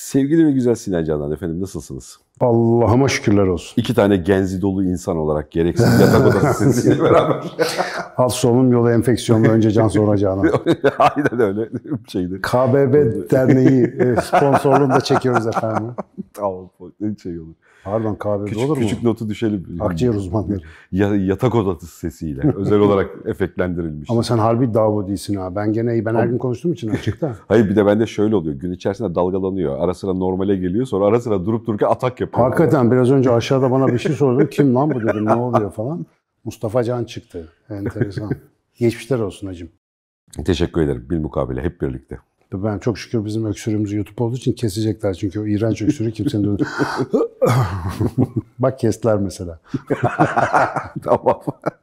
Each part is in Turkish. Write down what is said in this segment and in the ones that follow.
Sevgili ve güzel Sinan Canan efendim, nasılsınız? Allah'ıma şükürler olsun. İki tane genzi dolu insan olarak gereksiz yatak odası sesiyle beraber. Alt solunum yolu enfeksiyonu önce can sonra Canan. Aynen öyle bir şeydi. KBB Derneği sponsorluğunda çekiyoruz efendim. Tamam, şey olur. Pardon, KBB olur mu? Küçük notu düşelim. Akciğer uzmanları. Yatak odası sesiyle özel olarak efektlendirilmiş. Ama sen harbi davo değilsin ha. Ben her gün konuştuğum için açıkta. Hayır, bir de bende şöyle oluyor. Gün içerisinde dalgalanıyor. Ara sıra normale geliyor. Sonra ara sıra durup dururken atak yapıyor. Hakikaten biraz önce aşağıda bana bir şey sordun. Kim lan bu dedim, ne oluyor falan. Mustafa Can çıktı. Enteresan. Geçmişler olsun hacım. Teşekkür ederim. Bilmukabele hep birlikte. Ben çok şükür bizim öksürüğümüz YouTube olduğu için kesecekler. Çünkü o iğrenç öksürüğü kimsenin de... Bak kestiler mesela. Tamam.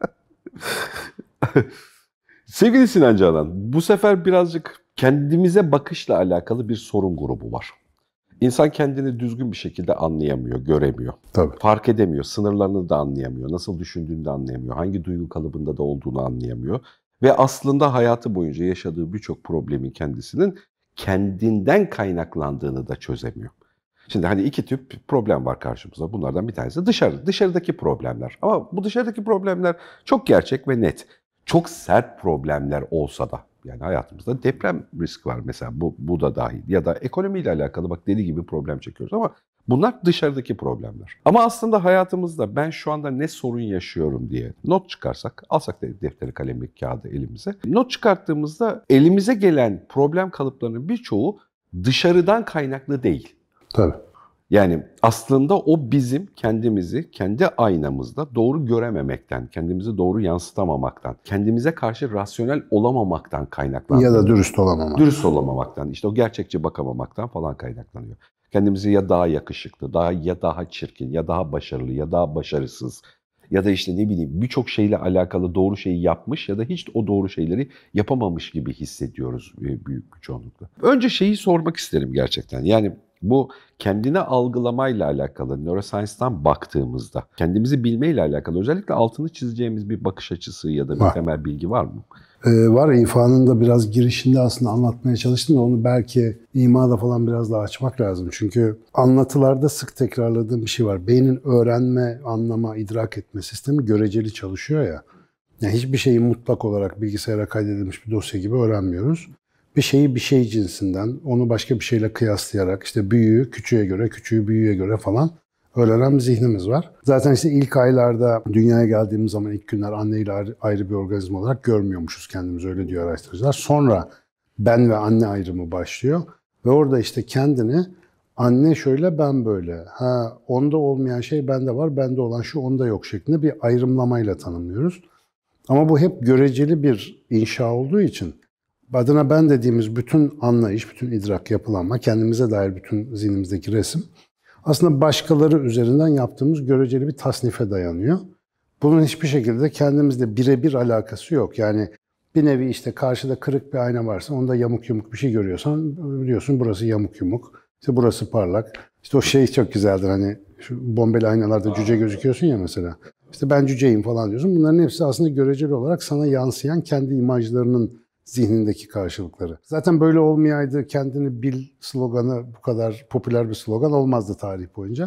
Sevgili Sinan Canan, bu sefer birazcık kendimize bakışla alakalı bir sorun grubu var. İnsan kendini düzgün bir şekilde anlayamıyor, göremiyor. Tabii. Fark edemiyor, sınırlarını da anlayamıyor, nasıl düşündüğünü de anlayamıyor, hangi duygu kalıbında da olduğunu anlayamıyor. Ve aslında hayatı boyunca yaşadığı birçok problemin kendisinin kendinden kaynaklandığını da çözemiyor. Şimdi hani iki tip problem var karşımızda. Bunlardan bir tanesi dışarıdaki problemler. Ama bu dışarıdaki problemler çok gerçek ve net. Çok sert problemler olsa da, yani hayatımızda deprem riski var mesela, bu da dahil. Ya da ekonomiyle alakalı bak deli gibi problem çekiyoruz ama bunlar dışarıdaki problemler. Ama aslında hayatımızda ben şu anda ne sorun yaşıyorum diye not çıkarsak, alsak defteri, kalemi, kağıdı elimize. Not çıkarttığımızda elimize gelen problem kalıplarının birçoğu dışarıdan kaynaklı değil. Tabii. Yani aslında o bizim kendimizi kendi aynamızda doğru görememekten, kendimizi doğru yansıtamamaktan, kendimize karşı rasyonel olamamaktan kaynaklanıyor. Ya da dürüst olamamak. Dürüst olamamaktan, işte o gerçekçi bakamamaktan falan kaynaklanıyor. Kendimizi ya daha yakışıklı, ya daha çirkin, ya daha başarılı, ya daha başarısız ya da işte ne bileyim birçok şeyle alakalı doğru şeyi yapmış ya da hiç o doğru şeyleri yapamamış gibi hissediyoruz büyük bir çoğunlukla. Önce şeyi sormak isterim gerçekten. Yani bu kendini algılamayla alakalı, neuroscience'dan baktığımızda kendimizi bilmeyle alakalı özellikle altını çizeceğimiz bir bakış açısı ya da bir temel bilgi var mı? Var. İfa'nın da biraz girişinde aslında anlatmaya çalıştım da onu belki imada falan biraz daha açmak lazım. Çünkü anlatılarda sık tekrarladığım bir şey var. Beynin öğrenme, anlama, idrak etme sistemi göreceli çalışıyor ya. Yani hiçbir şeyi mutlak olarak bilgisayara kaydedilmiş bir dosya gibi öğrenmiyoruz. Bir şeyi bir şey cinsinden, onu başka bir şeyle kıyaslayarak, işte büyüğü küçüğe göre, küçüğü büyüğe göre falan öğrenen bir zihnimiz var. Zaten işte ilk aylarda dünyaya geldiğimiz zaman ilk günler anneyle ayrı bir organizma olarak görmüyormuşuz kendimizi, öyle diyor araştırıcılar. Sonra ben ve anne ayrımı başlıyor ve orada işte kendini anne şöyle ben böyle, onda olmayan şey bende var, bende olan şu onda yok şeklinde bir ayrımlamayla tanımlıyoruz. Ama bu hep göreceli bir inşa olduğu için adına ben dediğimiz bütün anlayış, bütün idrak, yapılanma, kendimize dair bütün zihnimizdeki resim aslında başkaları üzerinden yaptığımız göreceli bir tasnife dayanıyor. Bunun hiçbir şekilde kendimizle birebir alakası yok. Yani bir nevi işte karşıda kırık bir ayna varsa onda yamuk yumuk bir şey görüyorsan biliyorsun burası yamuk yumuk, işte burası parlak. İşte o şey çok güzeldir, hani şu bombeli aynalarda cüce gözüküyorsun ya mesela. İşte ben cüceyim falan diyorsun. Bunların hepsi aslında göreceli olarak sana yansıyan kendi imajlarının zihnindeki karşılıkları. Zaten böyle olmayaydı kendini bil sloganı bu kadar popüler bir slogan olmazdı tarih boyunca.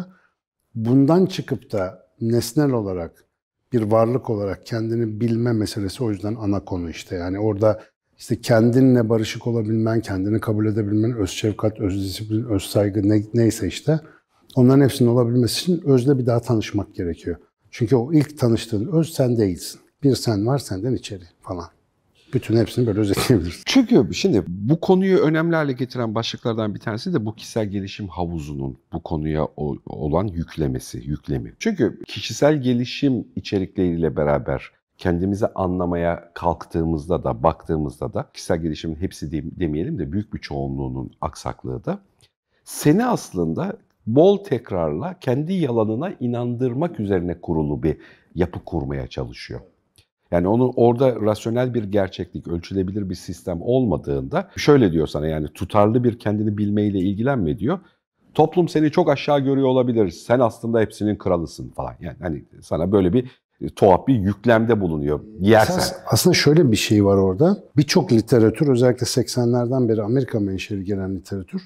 Bundan çıkıp da nesnel olarak bir varlık olarak kendini bilme meselesi o yüzden ana konu işte. Yani orada işte kendinle barışık olabilmen, kendini kabul edebilmen, öz şefkat, öz disiplin, öz saygı neyse işte onların hepsinin olabilmesi için özle bir daha tanışmak gerekiyor. Çünkü o ilk tanıştığın öz sen değilsin. Bir sen var senden içeri falan. Bütün hepsini böyle özetleyebiliriz. Çünkü şimdi bu konuyu önemli hale getiren başlıklardan bir tanesi de bu kişisel gelişim havuzunun bu konuya olan yüklemi. Çünkü kişisel gelişim içerikleriyle beraber kendimizi anlamaya kalktığımızda da, baktığımızda da kişisel gelişimin hepsi demeyelim de büyük bir çoğunluğunun aksaklığı da seni aslında bol tekrarla kendi yalanına inandırmak üzerine kurulu bir yapı kurmaya çalışıyor. Yani onu orada rasyonel bir gerçeklik, ölçülebilir bir sistem olmadığında şöyle diyor sana, yani tutarlı bir kendini bilmeyle ilgilenme diyor. Toplum seni çok aşağı görüyor olabilir. Sen aslında hepsinin kralısın falan. Yani hani sana böyle bir tuhaf bir yüklemde bulunuyor. Yersen. Aslında şöyle bir şey var orada. Birçok literatür özellikle 80'lerden beri Amerika menşeli gelen literatür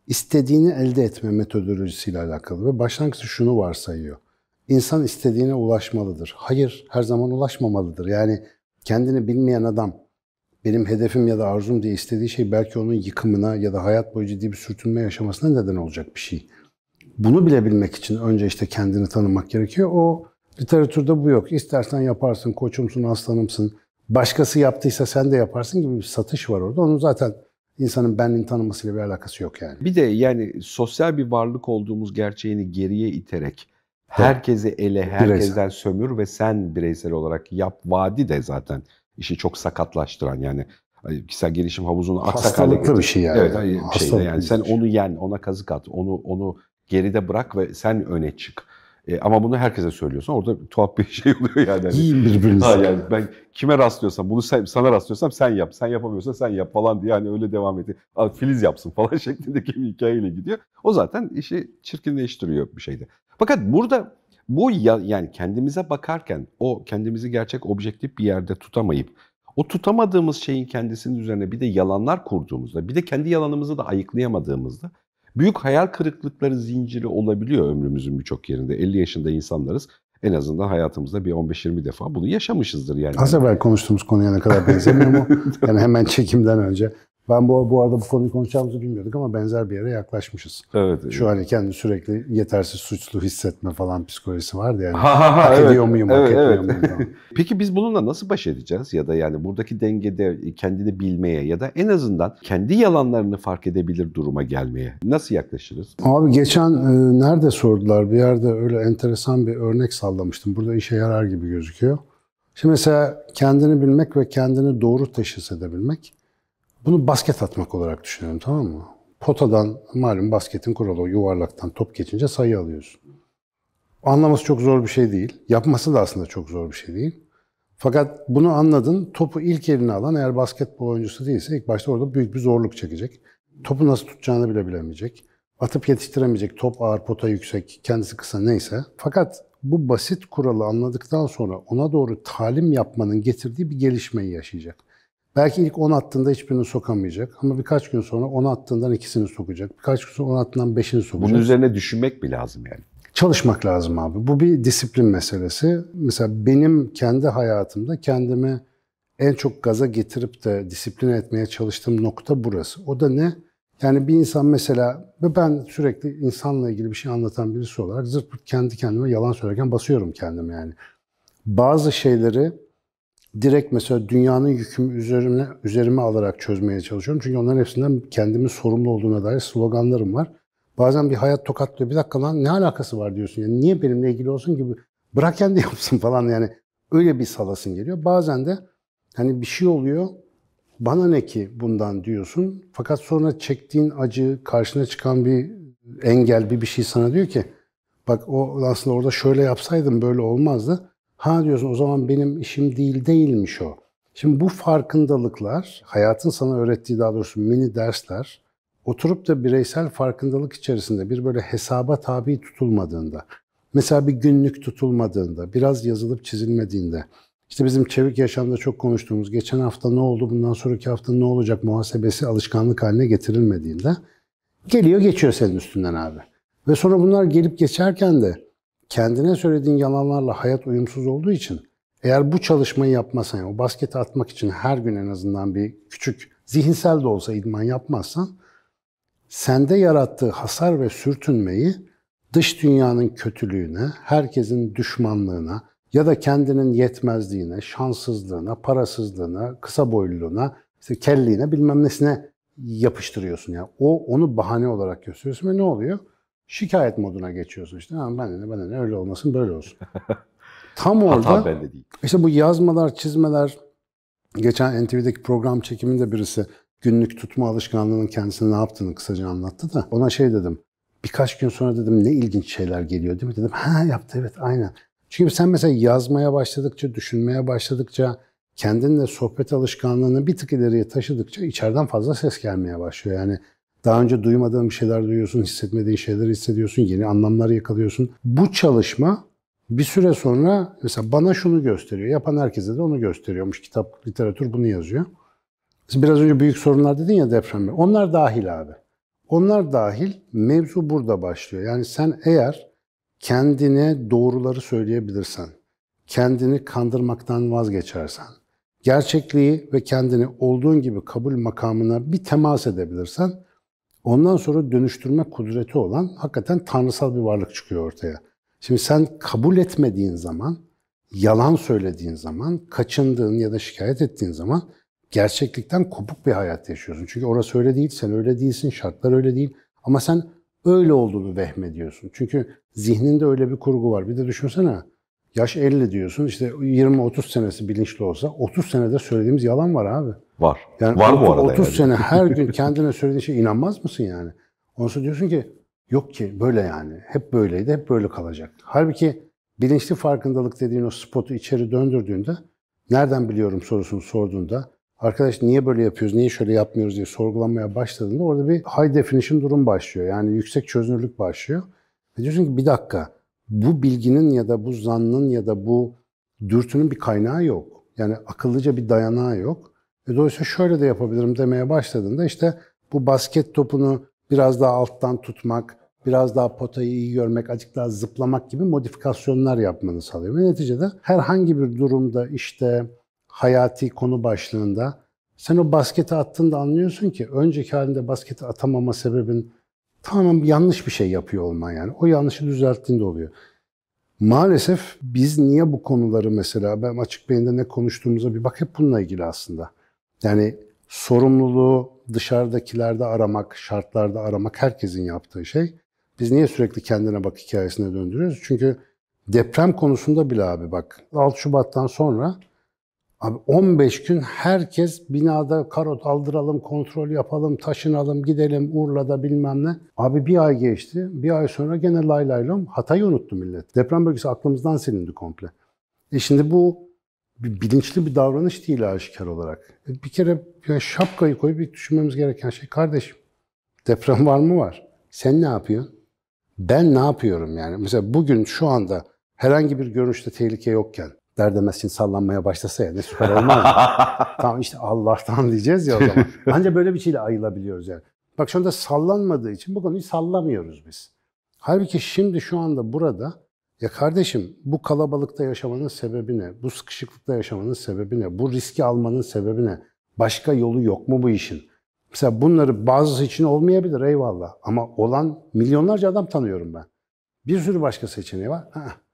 istediğini elde etme metodolojisiyle alakalı ve başlangıçta şunu varsayıyor. İnsan istediğine ulaşmalıdır. Hayır, her zaman ulaşmamalıdır. Yani kendini bilmeyen adam benim hedefim ya da arzum diye istediği şey belki onun yıkımına ya da hayat boyu ciddi bir sürtünme yaşamasına neden olacak bir şey. Bunu bilebilmek için önce işte kendini tanımak gerekiyor. O literatürde bu yok. İstersen yaparsın, koçumsun, aslanımsın. Başkası yaptıysa sen de yaparsın gibi bir satış var orada. Onun zaten insanın benliğini tanımasıyla bir alakası yok yani. Bir de yani sosyal bir varlık olduğumuz gerçeğini geriye iterek herkesi ele, herkesten sömür ve sen bireysel olarak yap vaadi de zaten işi çok sakatlaştıran, yani kişisel gelişim havuzunu aksak hale getir. Hastalıklı bir şey yani. Evet, bir şey de yani sen onu yen, ona kazık at, onu geride bırak ve sen öne çık. Ama bunu herkese söylüyorsun. Orada tuhaf bir şey oluyor yani. Yiyin birbirinizi. Yani ben kime rastlıyorsam, bunu sana rastlıyorsam sen yap. Sen yapamıyorsan sen yap falan diye, hani öyle devam ediyor. Filiz yapsın falan şeklindeki bir hikayeyle gidiyor. O zaten işi çirkinleştiriyor bir şeyde. Fakat burada bu yani kendimize bakarken o kendimizi gerçek objektif bir yerde tutamayıp o tutamadığımız şeyin kendisinin üzerine bir de yalanlar kurduğumuzda, bir de kendi yalanımızı da ayıklayamadığımızda büyük hayal kırıklıkları zinciri olabiliyor ömrümüzün birçok yerinde. 50 yaşında insanlarız. En azından hayatımızda bir 15-20 defa bunu yaşamışızdır yani. Az evvel konuştuğumuz konuya ne kadar benzemiyor mu? Yani hemen çekimden önce. Ben bu arada bu konuyu konuşacağımızı bilmiyorduk ama benzer bir yere yaklaşmışız. Evet. Şu hani kendi sürekli yetersiz, suçlu hissetme falan psikolojisi vardı yani. Hak ediyor muyum, hak etmiyor muyum falan. Peki biz bununla nasıl baş edeceğiz? Ya da yani buradaki dengede kendini bilmeye ya da en azından kendi yalanlarını fark edebilir duruma gelmeye nasıl yaklaşırız? Abi geçen nerede sordular? Bir yerde öyle enteresan bir örnek sallamıştım. Burada işe yarar gibi gözüküyor. Şimdi mesela kendini bilmek ve kendini doğru teşhis edebilmek. Bunu basket atmak olarak düşünüyorum, tamam mı? Potadan, malum basketin kuralı, o yuvarlaktan top geçince sayı alıyorsun. Anlaması çok zor bir şey değil. Yapması da aslında çok zor bir şey değil. Fakat bunu anladın, topu ilk eline alan eğer basketbol oyuncusu değilse ilk başta orada büyük bir zorluk çekecek. Topu nasıl tutacağını bile bilemeyecek. Atıp yetiştiremeyecek, top ağır, pota yüksek, kendisi kısa neyse. Fakat bu basit kuralı anladıktan sonra ona doğru talim yapmanın getirdiği bir gelişmeyi yaşayacak. Belki ilk 10 attığında hiçbirini sokamayacak ama birkaç gün sonra 10 attığından ikisini sokacak. Birkaç gün sonra 10 attığından 5'ini sokacak. Bunun üzerine düşünmek mi lazım yani? Çalışmak lazım abi. Bu bir disiplin meselesi. Mesela benim kendi hayatımda kendimi en çok gaza getirip de disipline etmeye çalıştığım nokta burası. O da ne? Yani bir insan mesela, ve ben sürekli insanla ilgili bir şey anlatan birisi olarak zırt pırt kendi kendime yalan söylerken basıyorum kendimi yani. Bazı şeyleri direkt mesela dünyanın yükümü üzerime alarak çözmeye çalışıyorum. Çünkü onların hepsinden kendimin sorumlu olduğuna dair sloganlarım var. Bazen bir hayat tokatlıyor. Bir dakika lan ne alakası var diyorsun. Yani niye benimle ilgili olsun gibi, bırak kendi yapsın falan yani. Öyle bir salasın geliyor. Bazen de hani bir şey oluyor. Bana ne ki bundan diyorsun. Fakat sonra çektiğin acı, karşına çıkan bir engel, bir şey sana diyor ki bak o aslında orada şöyle yapsaydım böyle olmazdı. Ha diyorsun, o zaman benim işim değilmiş o. Şimdi bu farkındalıklar, hayatın sana öğrettiği daha doğrusu mini dersler, oturup da bireysel farkındalık içerisinde bir böyle hesaba tabi tutulmadığında, mesela bir günlük tutulmadığında, biraz yazılıp çizilmediğinde, işte bizim çevik yaşamda çok konuştuğumuz geçen hafta ne oldu, bundan sonraki hafta ne olacak muhasebesi alışkanlık haline getirilmediğinde geliyor geçiyor senin üstünden abi. Ve sonra bunlar gelip geçerken de kendine söylediğin yalanlarla hayat uyumsuz olduğu için eğer bu çalışmayı yapmasan, yani o basketi atmak için her gün en azından bir küçük zihinsel de olsa idman yapmazsan, sende yarattığı hasar ve sürtünmeyi dış dünyanın kötülüğüne, herkesin düşmanlığına ya da kendinin yetmezliğine, şanssızlığına, parasızlığına, kısa boyluluğuna, işte kelliğine, bilmem nesine yapıştırıyorsun. Yani onu bahane olarak gösteriyorsun ve ne oluyor? Şikayet moduna geçiyorsun işte. Bana ne öyle olmasın, böyle olsun. Tam orada Hata bende değil. işte bu yazmalar, çizmeler, geçen NTV'deki program çekiminde birisi günlük tutma alışkanlığının kendisine ne yaptığını kısaca anlattı da ona şey dedim. Birkaç gün sonra dedim ne ilginç şeyler geliyor değil mi? Dedim ha yaptı, evet aynen. Çünkü sen mesela yazmaya başladıkça, düşünmeye başladıkça, kendinle sohbet alışkanlığını bir tık ileriye taşıdıkça içeriden fazla ses gelmeye başlıyor. Yani daha önce duymadığın bir şeyler duyuyorsun, hissetmediğin şeyleri hissediyorsun, yeni anlamlar yakalıyorsun. Bu çalışma bir süre sonra mesela bana şunu gösteriyor, yapan herkese de onu gösteriyormuş. Kitap, literatür bunu yazıyor. Biraz önce büyük sorunlar dedin ya, depremde. Onlar dahil abi. Onlar dahil mevzu burada başlıyor. Yani sen eğer kendine doğruları söyleyebilirsen, kendini kandırmaktan vazgeçersen, gerçekliği ve kendini olduğun gibi kabul makamına bir temas edebilirsen, ondan sonra dönüştürme kudreti olan hakikaten tanrısal bir varlık çıkıyor ortaya. Şimdi sen kabul etmediğin zaman, yalan söylediğin zaman, kaçındığın ya da şikayet ettiğin zaman gerçeklikten kopuk bir hayat yaşıyorsun. Çünkü orası öyle değil, sen öyle değilsin, şartlar öyle değil. Ama sen öyle olduğunu vehmediyorsun. Çünkü zihninde öyle bir kurgu var. Bir de düşünsene, yaş 50 diyorsun, işte 20-30 senesi bilinçli olsa 30 senede söylediğimiz yalan var abi. Var. Yani Var bu arada 30 yani. sene her gün kendine söylediğin şeye inanmaz mısın yani? Ondan sonra diyorsun ki yok ki böyle yani. Hep böyleydi, hep böyle kalacak. Halbuki bilinçli farkındalık dediğin o spotu içeri döndürdüğünde, nereden biliyorum sorusunu sorduğunda, arkadaş niye böyle yapıyoruz, niye şöyle yapmıyoruz diye sorgulamaya başladığında orada bir high definition durum başlıyor. Yani yüksek çözünürlük başlıyor. Ve diyorsun ki bir dakika, bu bilginin ya da bu zannın ya da bu dürtünün bir kaynağı yok. Yani akıllıca bir dayanağı yok. Dolayısıyla şöyle de yapabilirim demeye başladığında işte bu basket topunu biraz daha alttan tutmak, biraz daha potayı iyi görmek, azıcık daha zıplamak gibi modifikasyonlar yapmanı sağlıyor. Ve neticede herhangi bir durumda işte hayati konu başlığında sen o basketi attığında anlıyorsun ki önceki halinde basketi atamama sebebin tamamen yanlış bir şey yapıyor olman yani. O yanlışı düzelttiğinde oluyor. Maalesef biz niye bu konuları mesela ben açık beyinde ne konuştuğumuza bir bak hep bununla ilgili aslında. Yani sorumluluğu dışarıdakilerde aramak, şartlarda aramak herkesin yaptığı şey. Biz niye sürekli kendine bak hikayesine döndürüyoruz? Çünkü deprem konusunda bile abi bak 6 Şubat'tan sonra abi 15 gün herkes binada karot aldıralım, kontrol yapalım, taşınalım, gidelim Urla'da bilmem ne. Abi bir ay geçti. Bir ay sonra gene lay lay lom Hatay'ı unuttu millet. Deprem bölgesi aklımızdan silindi komple. Şimdi bu bilinçli bir davranış değil aşikar olarak. Bir kere yani şapkayı koyup bir düşünmemiz gereken şey kardeşim. Deprem var mı? Var. Sen ne yapıyorsun? Ben ne yapıyorum yani? Mesela bugün şu anda herhangi bir görünüşte tehlike yokken Derdemezsin sallanmaya başlasa ya ne süper olmaz mı? Tamam işte Allah'tan diyeceğiz ya o zaman. Ancak böyle bir şeyle ayılabiliyoruz yani. Bak şu anda sallanmadığı için bu konuyu sallamıyoruz biz. Halbuki şimdi şu anda burada ya kardeşim bu kalabalıkta yaşamanın sebebi ne? Bu sıkışıklıkta yaşamanın sebebi ne? Bu riski almanın sebebi ne? Başka yolu yok mu bu işin? Mesela bunları bazısı için olmayabilir eyvallah. Ama olan milyonlarca adam tanıyorum ben. Bir sürü başka seçeneği var.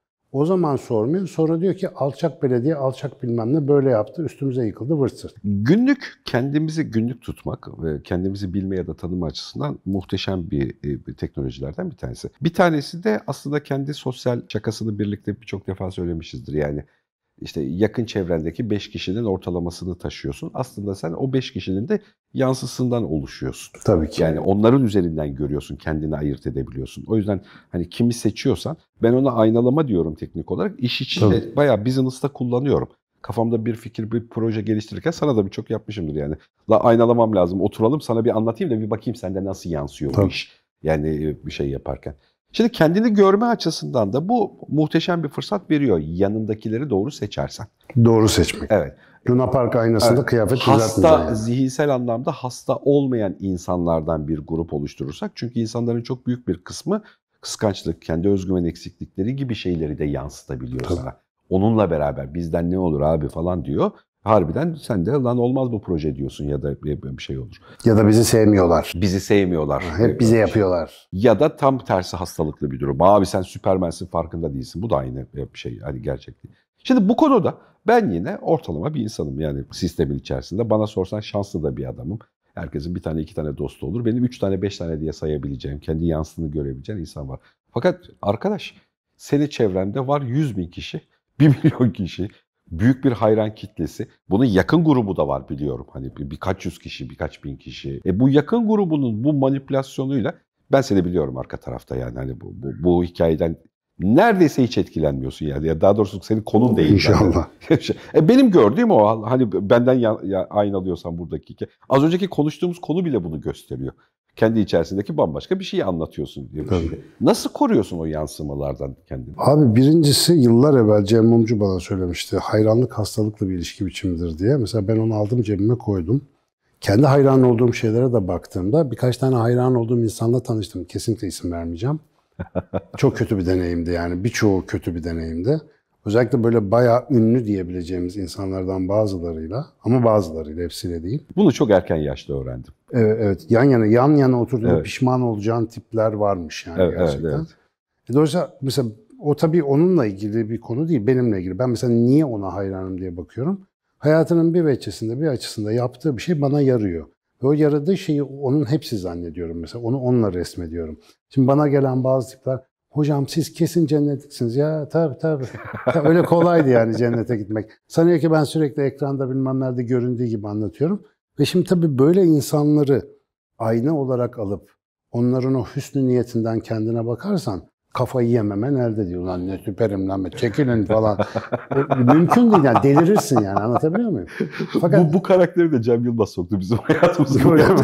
O zaman sormuyor. Sonra diyor ki alçak belediye, alçak bilmem ne böyle yaptı, üstümüze yıkıldı vırt sırt. Kendimizi günlük tutmak ve kendimizi bilme ya da tanıma açısından muhteşem bir teknolojilerden bir tanesi. Bir tanesi de aslında kendi sosyal şakasını birlikte birçok defa söylemişizdir. Yani işte yakın çevrendeki 5 kişinin ortalamasını taşıyorsun. Aslında sen o 5 kişinin de yansısından oluşuyorsun. Tabii ki. Yani onların üzerinden görüyorsun, kendini ayırt edebiliyorsun. O yüzden hani kimi seçiyorsan, ben ona aynalama diyorum teknik olarak. İş içinde bayağı business'ta kullanıyorum. Kafamda bir fikir, bir proje geliştirirken sana da birçok yapmışımdır yani. Aynalamam lazım, oturalım sana bir anlatayım da bir bakayım sende nasıl yansıyor bu iş. Yani bir şey yaparken. Şimdi kendini görme açısından da bu muhteşem bir fırsat veriyor. Yanındakileri doğru seçersen. Doğru seçmek. Evet. Luna Park aynasında kıyafet düzeltmeyeceksin. Hasta, zihinsel anlamda hasta olmayan insanlardan bir grup oluşturursak. Çünkü insanların çok büyük bir kısmı kıskançlık, kendi özgüven eksiklikleri gibi şeyleri de yansıtabiliyor sana. Onunla beraber bizden ne olur abi falan diyor. Harbiden sen de lan olmaz bu proje diyorsun ya da bir şey olur. Ya da bizi sevmiyorlar. Bizi sevmiyorlar. Hep bize yapıyorlar. Ya da tam tersi hastalıklı bir durum. Abi sen Süpermensin farkında değilsin. Bu da aynı bir şey hani gerçek değil. Şimdi bu konuda ben yine ortalama bir insanım. Yani sistemin içerisinde bana sorsan şanslı da bir adamım. Herkesin bir tane iki tane dostu olur. Benim 3 tane 5 tane diye sayabileceğim, kendi yansıtını görebileceğin insan var. Fakat arkadaş senin çevrende var 100.000 kişi, 1 milyon kişi. Büyük bir hayran kitlesi. Bunun yakın grubu da var biliyorum. Hani birkaç yüz kişi, birkaç bin kişi. Bu yakın grubunun bu manipülasyonuyla ben seni biliyorum arka tarafta yani. Hani bu hikayeden neredeyse hiç etkilenmiyorsun yani. Ya daha doğrusu senin konun değil. İnşallah. Benim gördüğüm o. Hani benden aynalıyorsan buradaki hikaye. Az önceki konuştuğumuz konu bile bunu gösteriyor. Kendi içerisindeki bambaşka bir şeyi anlatıyorsun diye bir şey. Nasıl koruyorsun o yansımalardan kendini? Abi birincisi yıllar evvel Cem Mumcu bana söylemişti. Hayranlık hastalıklı bir ilişki biçimidir diye. Mesela ben onu aldım cebime koydum. Kendi hayran olduğum şeylere de baktığımda birkaç tane hayran olduğum insanla tanıştım. Kesinlikle isim vermeyeceğim. Çok kötü bir deneyimdi yani. Birçoğu kötü bir deneyimdi. Özellikle böyle bayağı ünlü diyebileceğimiz insanlardan bazılarıyla, ama bazılarıyla, hepsiyle değil. Bunu çok erken yaşta öğrendim. Evet, yan yana oturduğunda pişman olacağın tipler varmış yani gerçekten. Evet. Dolayısıyla mesela o tabii onunla ilgili bir konu değil, benimle ilgili. Ben mesela niye ona hayranım diye bakıyorum. Hayatının bir veçesinde, bir açısında yaptığı bir şey bana yarıyor. Ve o yaradığı şeyi onun hepsi zannediyorum mesela. Onu onunla resmediyorum. Şimdi bana gelen bazı tipler, hocam siz kesin cennetliksiniz. Ya tabii. Öyle kolaydı yani cennete gitmek. Sanıyor ki ben sürekli ekranda bilmem nerede göründüğü gibi anlatıyorum. Ve şimdi tabii böyle insanları ayna olarak alıp onların o hüsnü niyetinden kendine bakarsan kafayı yememen elde diyor. Lan ne süperim lan, çekilin falan. Mümkün değil yani, delirirsin yani, anlatabiliyor muyum? Fakat bu karakteri de Cem Yılmaz soktu bizim hayatımıza.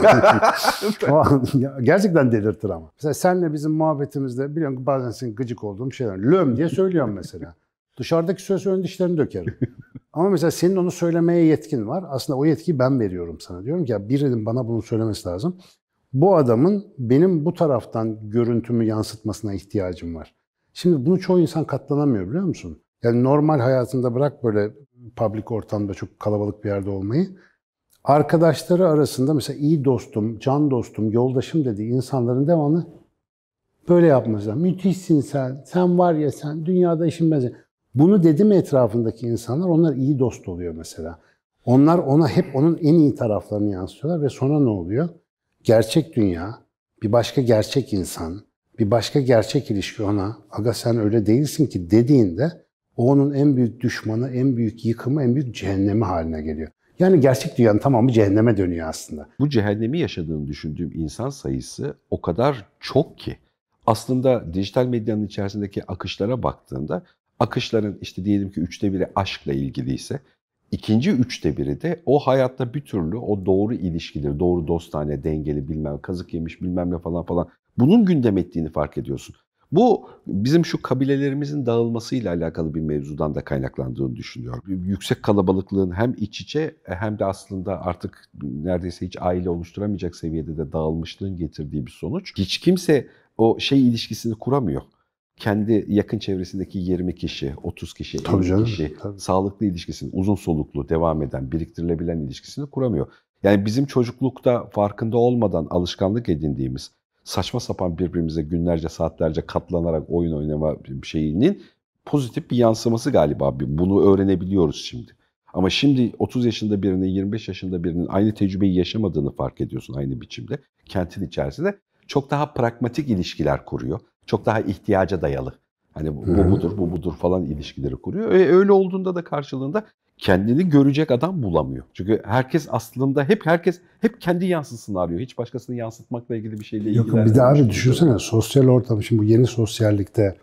Gerçekten delirtir ama. Mesela senle bizim muhabbetimizde biliyorsun bazen senin gıcık olduğum şeyler. Löm diye söylüyorum mesela. Dışarıdaki söz ön dişlerini dökerim. Ama mesela senin onu söylemeye yetkin var. Aslında o yetkiyi ben veriyorum sana. Diyorum ki ya birinin bana bunu söylemesi lazım. Bu adamın benim bu taraftan görüntümü yansıtmasına ihtiyacım var. Şimdi bunu çoğu insan katlanamıyor, biliyor musun? Yani normal hayatında bırak böyle public ortamda çok kalabalık bir yerde olmayı. Arkadaşları arasında mesela iyi dostum, can dostum, yoldaşım dediği insanların devamlı böyle yapması lazım. Müthişsin sen var ya sen dünyada işin benzeri. Bunu dedi mi etrafındaki insanlar, onlar iyi dost oluyor mesela. Onlar ona hep onun en iyi taraflarını yansıtıyorlar ve sonra ne oluyor? Gerçek dünya, bir başka gerçek insan, bir başka gerçek ilişki ona aga sen öyle değilsin ki dediğinde o onun en büyük düşmanı, en büyük yıkımı, en büyük cehennemi haline geliyor. Yani gerçek dünyanın tamamı cehenneme dönüyor aslında. Bu cehennemi yaşadığını düşündüğüm insan sayısı o kadar çok ki aslında dijital medyanın içerisindeki akışlara baktığında akışların işte diyelim ki 1/3 aşkla ilgiliyse ikinci 1/3 de o hayatta bir türlü o doğru ilişkileri, doğru dostane, dengeli bilmem kazık yemiş bilmem ne falan bunun gündem ettiğini fark ediyorsun. Bu bizim şu kabilelerimizin dağılmasıyla alakalı bir mevzudan da kaynaklandığını düşünüyorum. Yüksek kalabalıklığın hem iç içe hem de aslında artık neredeyse hiç aile oluşturamayacak seviyede de dağılmışlığın getirdiği bir sonuç. Hiç kimse o ilişkisini kuramıyor. Kendi yakın çevresindeki 20 kişi, 30 kişi, 50 kişi sağlıklı ilişkisini, uzun soluklu, devam eden, biriktirilebilen ilişkisini kuramıyor. Yani bizim çocuklukta farkında olmadan alışkanlık edindiğimiz saçma sapan birbirimize günlerce, saatlerce katlanarak oyun oynama şeyinin pozitif bir yansıması galiba. Bunu öğrenebiliyoruz şimdi. Ama şimdi 30 yaşında birinin, 25 yaşında birinin aynı tecrübeyi yaşamadığını fark ediyorsun aynı biçimde. Kentin içerisinde çok daha pragmatik ilişkiler kuruyor. Çok daha ihtiyaca dayalı. Hani bu budur falan ilişkileri kuruyor. Öyle olduğunda da karşılığında kendini görecek adam bulamıyor. Çünkü herkes aslında herkes kendi yansısını arıyor. Hiç başkasını yansıtmakla ilgili bir şeyle ilgilenmiyor. Yok bir daha abi düşünsene sosyal ortam. Şimdi bu yeni sosyallikte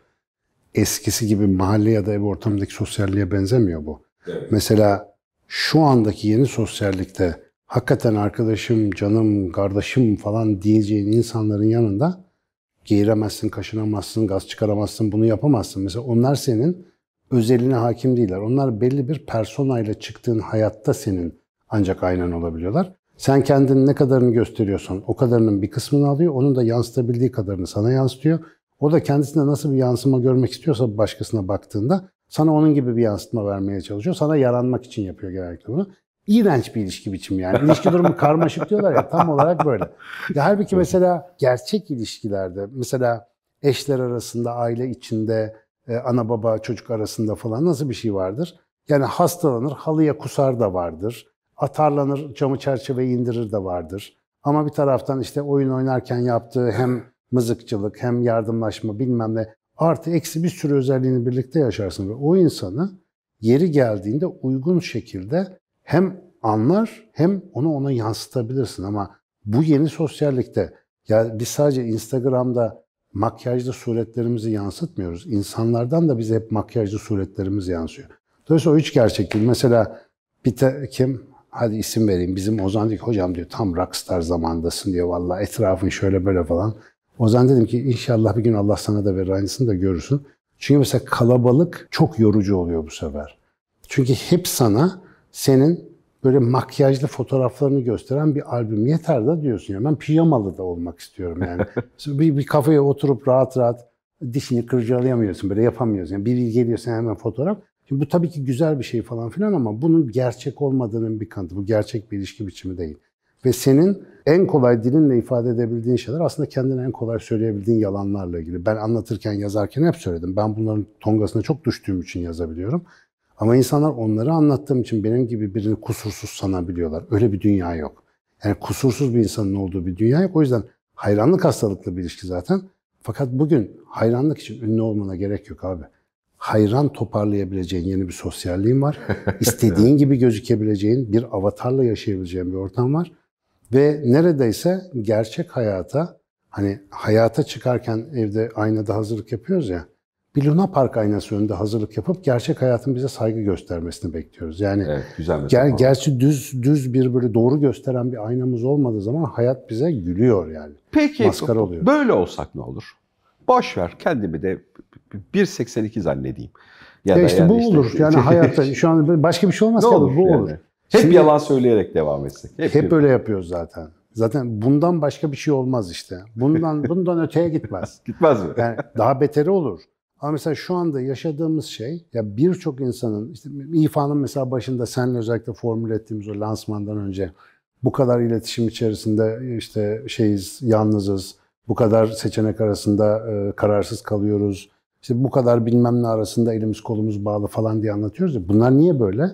eskisi gibi mahalle ya da ev ortamındaki sosyalliğe benzemiyor bu. Evet. Mesela şu andaki yeni sosyallikte hakikaten arkadaşım, canım, kardeşim falan diyeceğin insanların yanında geğiremezsin, kaşınamazsın, gaz çıkaramazsın, bunu yapamazsın. Mesela onlar senin özeline hakim değiller. Onlar belli bir personayla çıktığın hayatta senin ancak aynen olabiliyorlar. Sen kendini ne kadarını gösteriyorsan o kadarının bir kısmını alıyor. Onun da yansıtabildiği kadarını sana yansıtıyor. O da kendisine nasıl bir yansıma görmek istiyorsa başkasına baktığında sana onun gibi bir yansıtma vermeye çalışıyor. Sana yaranmak için yapıyor genellikle bunu. İğrenç bir ilişki biçimi yani. İlişki durumu karmaşık diyorlar ya, tam olarak böyle. Ya halbuki mesela gerçek ilişkilerde, mesela eşler arasında, aile içinde, ana baba çocuk arasında falan nasıl bir şey vardır? Yani hastalanır, halıya kusar da vardır. Atarlanır, camı çerçeveyi indirir de vardır. Ama bir taraftan işte oyun oynarken yaptığı hem mızıkçılık hem yardımlaşma bilmem ne artı eksi bir sürü özelliğini birlikte yaşarsın. Ve o insanı yeri geldiğinde uygun şekilde hem anlar hem onu ona yansıtabilirsin. Ama bu yeni sosyallikte ya biz sadece Instagram'da makyajlı suretlerimizi yansıtmıyoruz. İnsanlardan da bize hep makyajlı suretlerimiz yansıyor. Dolayısıyla o hiç gerçek değil. Mesela kim? Hadi isim vereyim. Bizim Ozan diyor ki hocam diyor tam rockstar zamandasın diyor. Vallahi etrafın şöyle böyle falan. Ozan dedim ki inşallah bir gün Allah sana da verir aynısını da görürsün. Çünkü mesela kalabalık çok yorucu oluyor bu sefer. Çünkü hep sana senin böyle makyajlı fotoğraflarını gösteren bir albüm. Yeter da diyorsun ya. Ben pijamalı da olmak istiyorum yani. bir kafeye oturup rahat rahat dişini kırcalayamıyorsun. Böyle yapamıyorsun. Yani biri geliyorsa hemen fotoğraf. Şimdi bu tabii ki güzel bir şey falan filan ama bunun gerçek olmadığının bir kanıtı. Bu gerçek bir ilişki biçimi değil. Ve senin en kolay dilinle ifade edebildiğin şeyler aslında kendine en kolay söyleyebildiğin yalanlarla ilgili. Ben anlatırken, yazarken hep söyledim. Ben bunların tongasına çok düştüğüm için yazabiliyorum. Ama insanlar onları anlattığım için benim gibi birini kusursuz sanabiliyorlar. Öyle bir dünya yok. Yani kusursuz bir insanın olduğu bir dünya yok. O yüzden hayranlık hastalıklı bir ilişki zaten. Fakat bugün hayranlık için ünlü olmana gerek yok abi. Hayran toparlayabileceğin yeni bir sosyalliğin var. İstediğin gibi gözükebileceğin bir avatarla yaşayabileceğin bir ortam var. Ve neredeyse gerçek hayata, hani hayata çıkarken evde aynada hazırlık yapıyoruz ya, bir Luna Park aynası önünde hazırlık yapıp gerçek hayatın bize saygı göstermesini bekliyoruz. Yani Evet, güzel gerçi düz bir böyle doğru gösteren bir aynamız olmadığı zaman hayat bize gülüyor yani. Peki Maskara oluyor. böyle olsak ne olur? Boş ver, kendimi de 1.82 zannedeyim. Ya işte bu olur. Yani hayatta şu an başka bir şey olmaz ne ki. olur Bu yani? olur. Hep Şimdi, yalan söyleyerek devam etsek. Hep öyle yapıyoruz zaten. Zaten bundan başka bir şey olmaz işte. Bundan öteye gitmez. Gitmez mi? Yani daha beteri olur. Ama mesela şu anda yaşadığımız şey, ya birçok insanın, işte İFA'nın mesela başında seninle özellikle formüle ettiğimiz o lansmandan önce bu kadar iletişim içerisinde işte yalnızız, bu kadar seçenek arasında kararsız kalıyoruz, işte bu kadar bilmem ne arasında elimiz kolumuz bağlı falan diye anlatıyoruz ya. Bunlar niye böyle?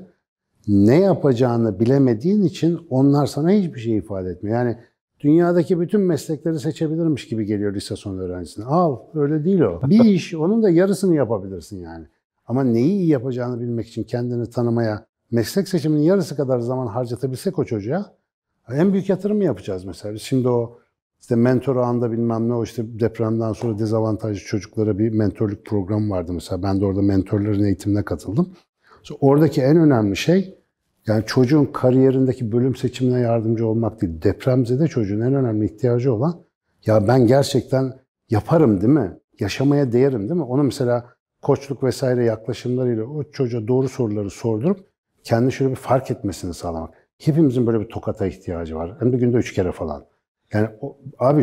Ne yapacağını bilemediğin için onlar sana hiçbir şey ifade etmiyor. Yani dünyadaki bütün meslekleri seçebilirmiş gibi geliyor lise son öğrencisine. Al, öyle değil o. Bir iş, onun da yarısını yapabilirsin yani. Ama neyi iyi yapacağını bilmek için kendini tanımaya, meslek seçiminin yarısı kadar zaman harcatabilsek o çocuğa, en büyük yatırım yapacağız mesela. Biz şimdi o işte mentor ağında bilmem ne, o işte depremden sonra dezavantajlı çocuklara bir mentorluk programı vardı mesela. Ben de orada mentorların eğitimine katıldım. Oradaki en önemli şey, yani çocuğun kariyerindeki bölüm seçimine yardımcı olmak değil. Depremzede çocuğun en önemli ihtiyacı olan, ya ben gerçekten yaparım değil mi? Yaşamaya değerim değil mi? Onu mesela koçluk vesaire yaklaşımlarıyla o çocuğa doğru soruları sordurup kendini şöyle bir fark etmesini sağlamak. Hepimizin böyle bir tokata ihtiyacı var. Hem de günde 3 kere falan. Yani abi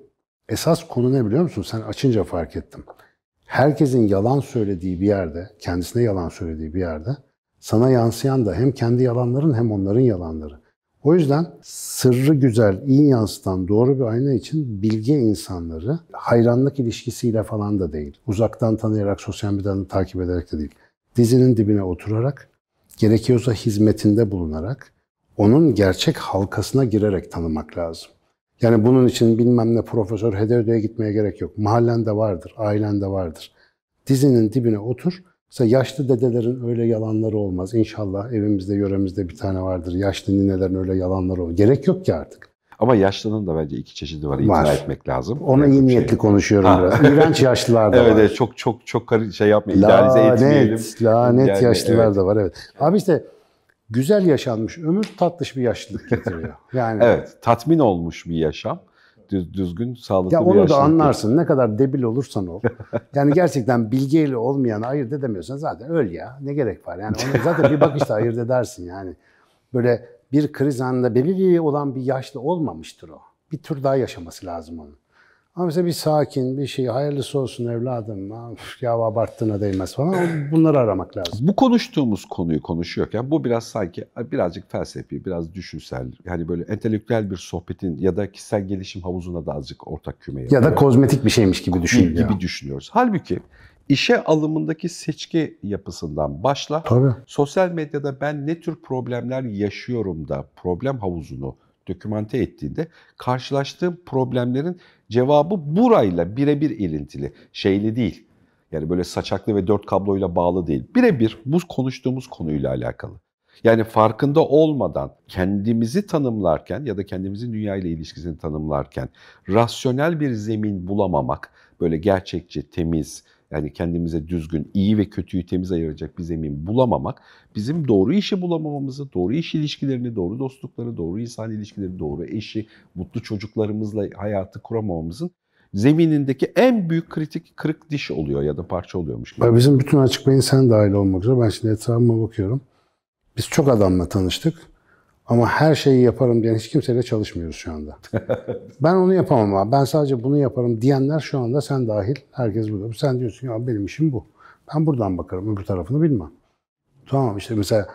esas konu ne biliyor musun? Sen açınca fark ettim. Herkesin yalan söylediği bir yerde, kendisine yalan söylediği bir yerde sana yansıyan da hem kendi yalanların hem onların yalanları. O yüzden sırrı güzel, iyi yansıtan doğru bir ayna için bilge insanları hayranlık ilişkisiyle falan da değil, uzaktan tanıyarak, sosyal medyadan takip ederek de değil, dizinin dibine oturarak, gerekiyorsa hizmetinde bulunarak, onun gerçek halkasına girerek tanımak lazım. Yani bunun için bilmem ne profesör Hedeo'ya gitmeye gerek yok. Mahallende vardır, ailende vardır. Dizinin dibine otur. Mesela yaşlı dedelerin öyle yalanları olmaz. İnşallah evimizde, yöremizde bir tane vardır. Yaşlı ninelerin öyle yalanları olmaz. Gerek yok ki artık. Ama yaşlının da bence 2 çeşidi var. İtiraf etmek lazım. Ona iyi niyetli konuşuyorum biraz. İğrenç yaşlılar da var. Evet, çok yapma. İdealize etmeyelim. Lanet yaşlılar da var. Evet. Abi işte güzel yaşanmış ömür tatlış bir yaşlılık getiriyor. Yani evet, tatmin olmuş bir yaşam, düzgün, sağlıklı bir yaşlılık. yaşlılık. Ya onu da anlarsın. Ne kadar debil olursan ol. Yani gerçekten bilgeyle olmayanı ayırt edemiyorsan zaten öl ya. Ne gerek var? Yani onu zaten bir bakışta ayırt edersin yani. Böyle bir kriz anında belirli olan bir yaşlı olmamıştır o. Bir tür daha yaşaması lazım onun. Ama mesela bir sakin, bir şey, hayırlısı olsun evladım, ya abarttığına değmez falan, bunları aramak lazım. Bu konuştuğumuz konuyu konuşuyorken bu biraz sanki birazcık felsefi, biraz düşünsel, yani böyle entelektüel bir sohbetin ya da kişisel gelişim havuzuna da azıcık ortak küme yapıyor. Ya da kozmetik bir şeymiş gibi düşünüyor. Gibi düşünüyoruz. Halbuki işe alımındaki seçki yapısından başla, tabii, sosyal medyada ben ne tür problemler yaşıyorum da problem havuzunu dokümante ettiğinde karşılaştığım problemlerin cevabı burayla birebir ilintili. Şeyli değil. Yani böyle saçaklı ve 4 kabloyla bağlı değil. Birebir bu konuştuğumuz konuyla alakalı. Yani farkında olmadan kendimizi tanımlarken ya da kendimizin dünyayla ilişkisini tanımlarken rasyonel bir zemin bulamamak, böyle gerçekçi, temiz, yani kendimize düzgün, iyi ve kötüyü temiz ayıracak bir zemin bulamamak, bizim doğru işi bulamamamızı, doğru iş ilişkilerini, doğru dostlukları, doğru insan ilişkileri, doğru eşi, mutlu çocuklarımızla hayatı kuramamamızın zeminindeki en büyük kırık diş oluyor ya da parça oluyormuş gibi. Bizim bütün açık beyin sen dahil olmak üzere, ben şimdi etrafıma bakıyorum. Biz çok adamla tanıştık. Ama her şeyi yaparım diyen hiç kimseyle çalışmıyoruz şu anda. Ben onu yapamam abi. Ben sadece bunu yaparım diyenler şu anda sen dahil. Herkes burada. Sen diyorsun ya benim işim bu. Ben buradan bakarım. Öbür tarafını bilmem. Tamam işte mesela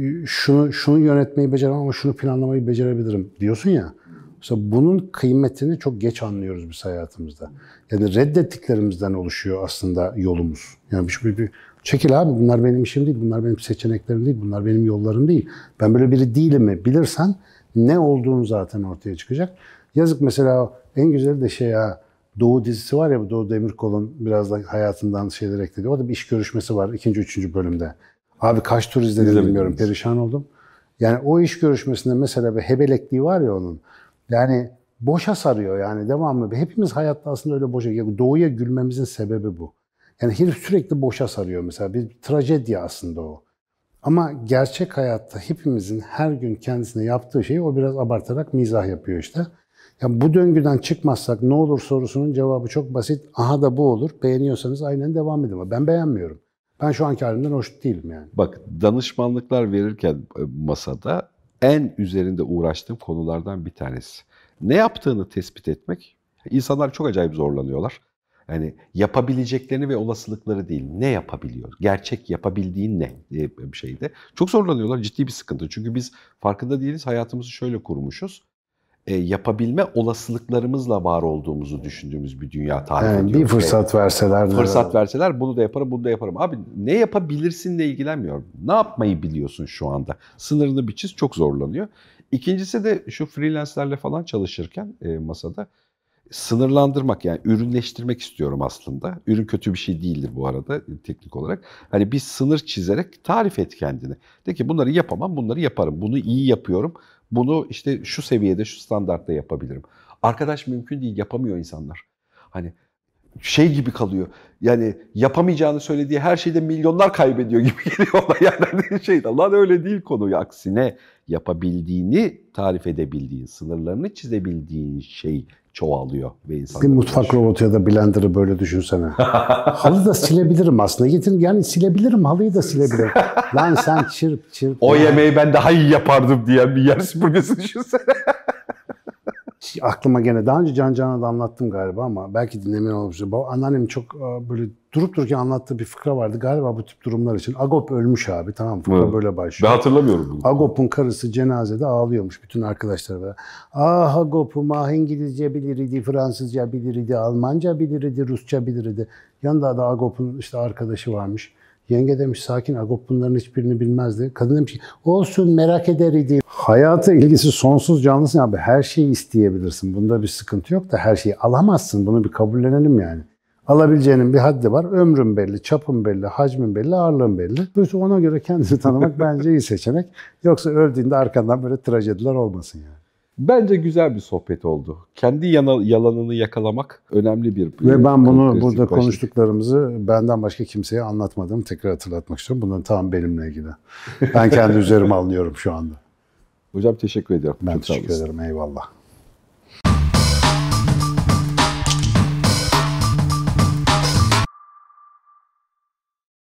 şunu yönetmeyi beceremem ama şunu planlamayı becerebilirim diyorsun ya. Mesela bunun kıymetini çok geç anlıyoruz biz hayatımızda. Yani reddettiklerimizden oluşuyor aslında yolumuz. Yani çekil abi bunlar benim işim değil, bunlar benim seçeneklerim değil, bunlar benim yollarım değil. Ben böyle biri değilim mi bilirsen ne olduğun zaten ortaya çıkacak. Yazık mesela en güzeli de Doğu dizisi var ya bu Doğu Demirkol'un biraz da hayatından şeyler ekledi. Orada bir iş görüşmesi var 2. 3. bölümde. Abi kaç tur izledim bilmiyorum perişan oldum. Yani o iş görüşmesinde mesela bir hebelekliği var ya onun. Yani boşa sarıyor yani devamlı. Hepimiz hayatta aslında öyle boşa. Doğuya gülmemizin sebebi bu. Yani herif sürekli boşa sarıyor mesela. Bir trajedi aslında o. Ama gerçek hayatta hepimizin her gün kendisine yaptığı şeyi o biraz abartarak mizah yapıyor işte. Yani bu döngüden çıkmazsak ne olur sorusunun cevabı çok basit. Aha da bu olur. Beğeniyorsanız aynen devam edin. Ama ben beğenmiyorum. Ben şu anki halimden hoş değilim yani. Bak danışmanlıklar verirken masada en üzerinde uğraştığım konulardan bir tanesi. Ne yaptığını tespit etmek. İnsanlar çok acayip zorlanıyorlar. Yani yapabileceklerini ve olasılıkları değil. Ne yapabiliyor? Gerçek yapabildiğin ne diye bir şeyde. Çok zorlanıyorlar. Ciddi bir sıkıntı. Çünkü biz farkında değiliz. Hayatımızı şöyle kurmuşuz. Yapabilme olasılıklarımızla var olduğumuzu düşündüğümüz bir dünya tarif ediyoruz. Bir fırsat verseler. Fırsat verseler bunu da yaparım, bunu da yaparım. Abi ne yapabilirsinle ilgilenmiyor. Ne yapmayı biliyorsun şu anda? Sınırını bir çiz, çok zorlanıyor. İkincisi de şu freelancerlerle falan çalışırken masada sınırlandırmak yani ürünleştirmek istiyorum aslında. Ürün kötü bir şey değildir bu arada teknik olarak. Hani bir sınır çizerek tarif et kendini. De ki bunları yapamam, bunları yaparım. Bunu iyi yapıyorum. Bunu işte şu seviyede, şu standartta yapabilirim. Arkadaş mümkün değil, yapamıyor insanlar. Hani şey gibi kalıyor. Yani yapamayacağını söylediği her şeyde milyonlar kaybediyor gibi geliyor ona. Yani lan öyle değil konuyu. Aksine yapabildiğini tarif edebildiğin, sınırlarını çizebildiğin şey çoğalıyor ve insanlar. Bir mutfak robotu ya da blender'ı böyle düşünsene. Halı da silebilirim aslında. Yani silebilirim, halıyı da silebilirim. Lan sen çırp. O yemeği ben daha iyi yapardım diyen bir yer süpürgesi düşünsene. Aklıma gene daha önce Can'a da anlattım galiba ama belki dinlemeyen olmuştur. Anneannemin çok böyle durup dururken anlattığı bir fıkra vardı. Galiba bu tip durumlar için. Agop ölmüş abi, tamam, fıkra böyle başlıyor. Ben hatırlamıyorum bunu. Agop'un karısı cenazede ağlıyormuş bütün arkadaşlar böyle. Ah Agop'um ah İngilizce bilir idi, Fransızca bilir idi, Almanca bilir idi, Rusça bilir idi. Yanında da Agop'un işte arkadaşı varmış. Yenge demiş sakin, Agop bunların hiçbirini bilmezdi. Kadın demiş ki olsun merak eder idi. Hayata ilgisi sonsuz canlısın abi. Her şeyi isteyebilirsin. Bunda bir sıkıntı yok da her şeyi alamazsın. Bunu bir kabullenelim yani. Alabileceğinin bir haddi var. Ömrün belli, çapın belli, hacmin belli, ağırlığın belli. Böyle ona göre kendini tanımak bence iyi seçenek. Yoksa öldüğünde arkandan böyle trajediler olmasın yani. Bence güzel bir sohbet oldu. Kendi yalanını yakalamak önemli bir... Ve ben bunu burada konuştuklarımızı benden başka kimseye anlatmadığımı tekrar hatırlatmak istiyorum. Bunların tamam benimle ilgili. Ben kendi üzerime alıyorum şu anda. Hocam teşekkür ediyorum. Ben teşekkür ederim. Eyvallah.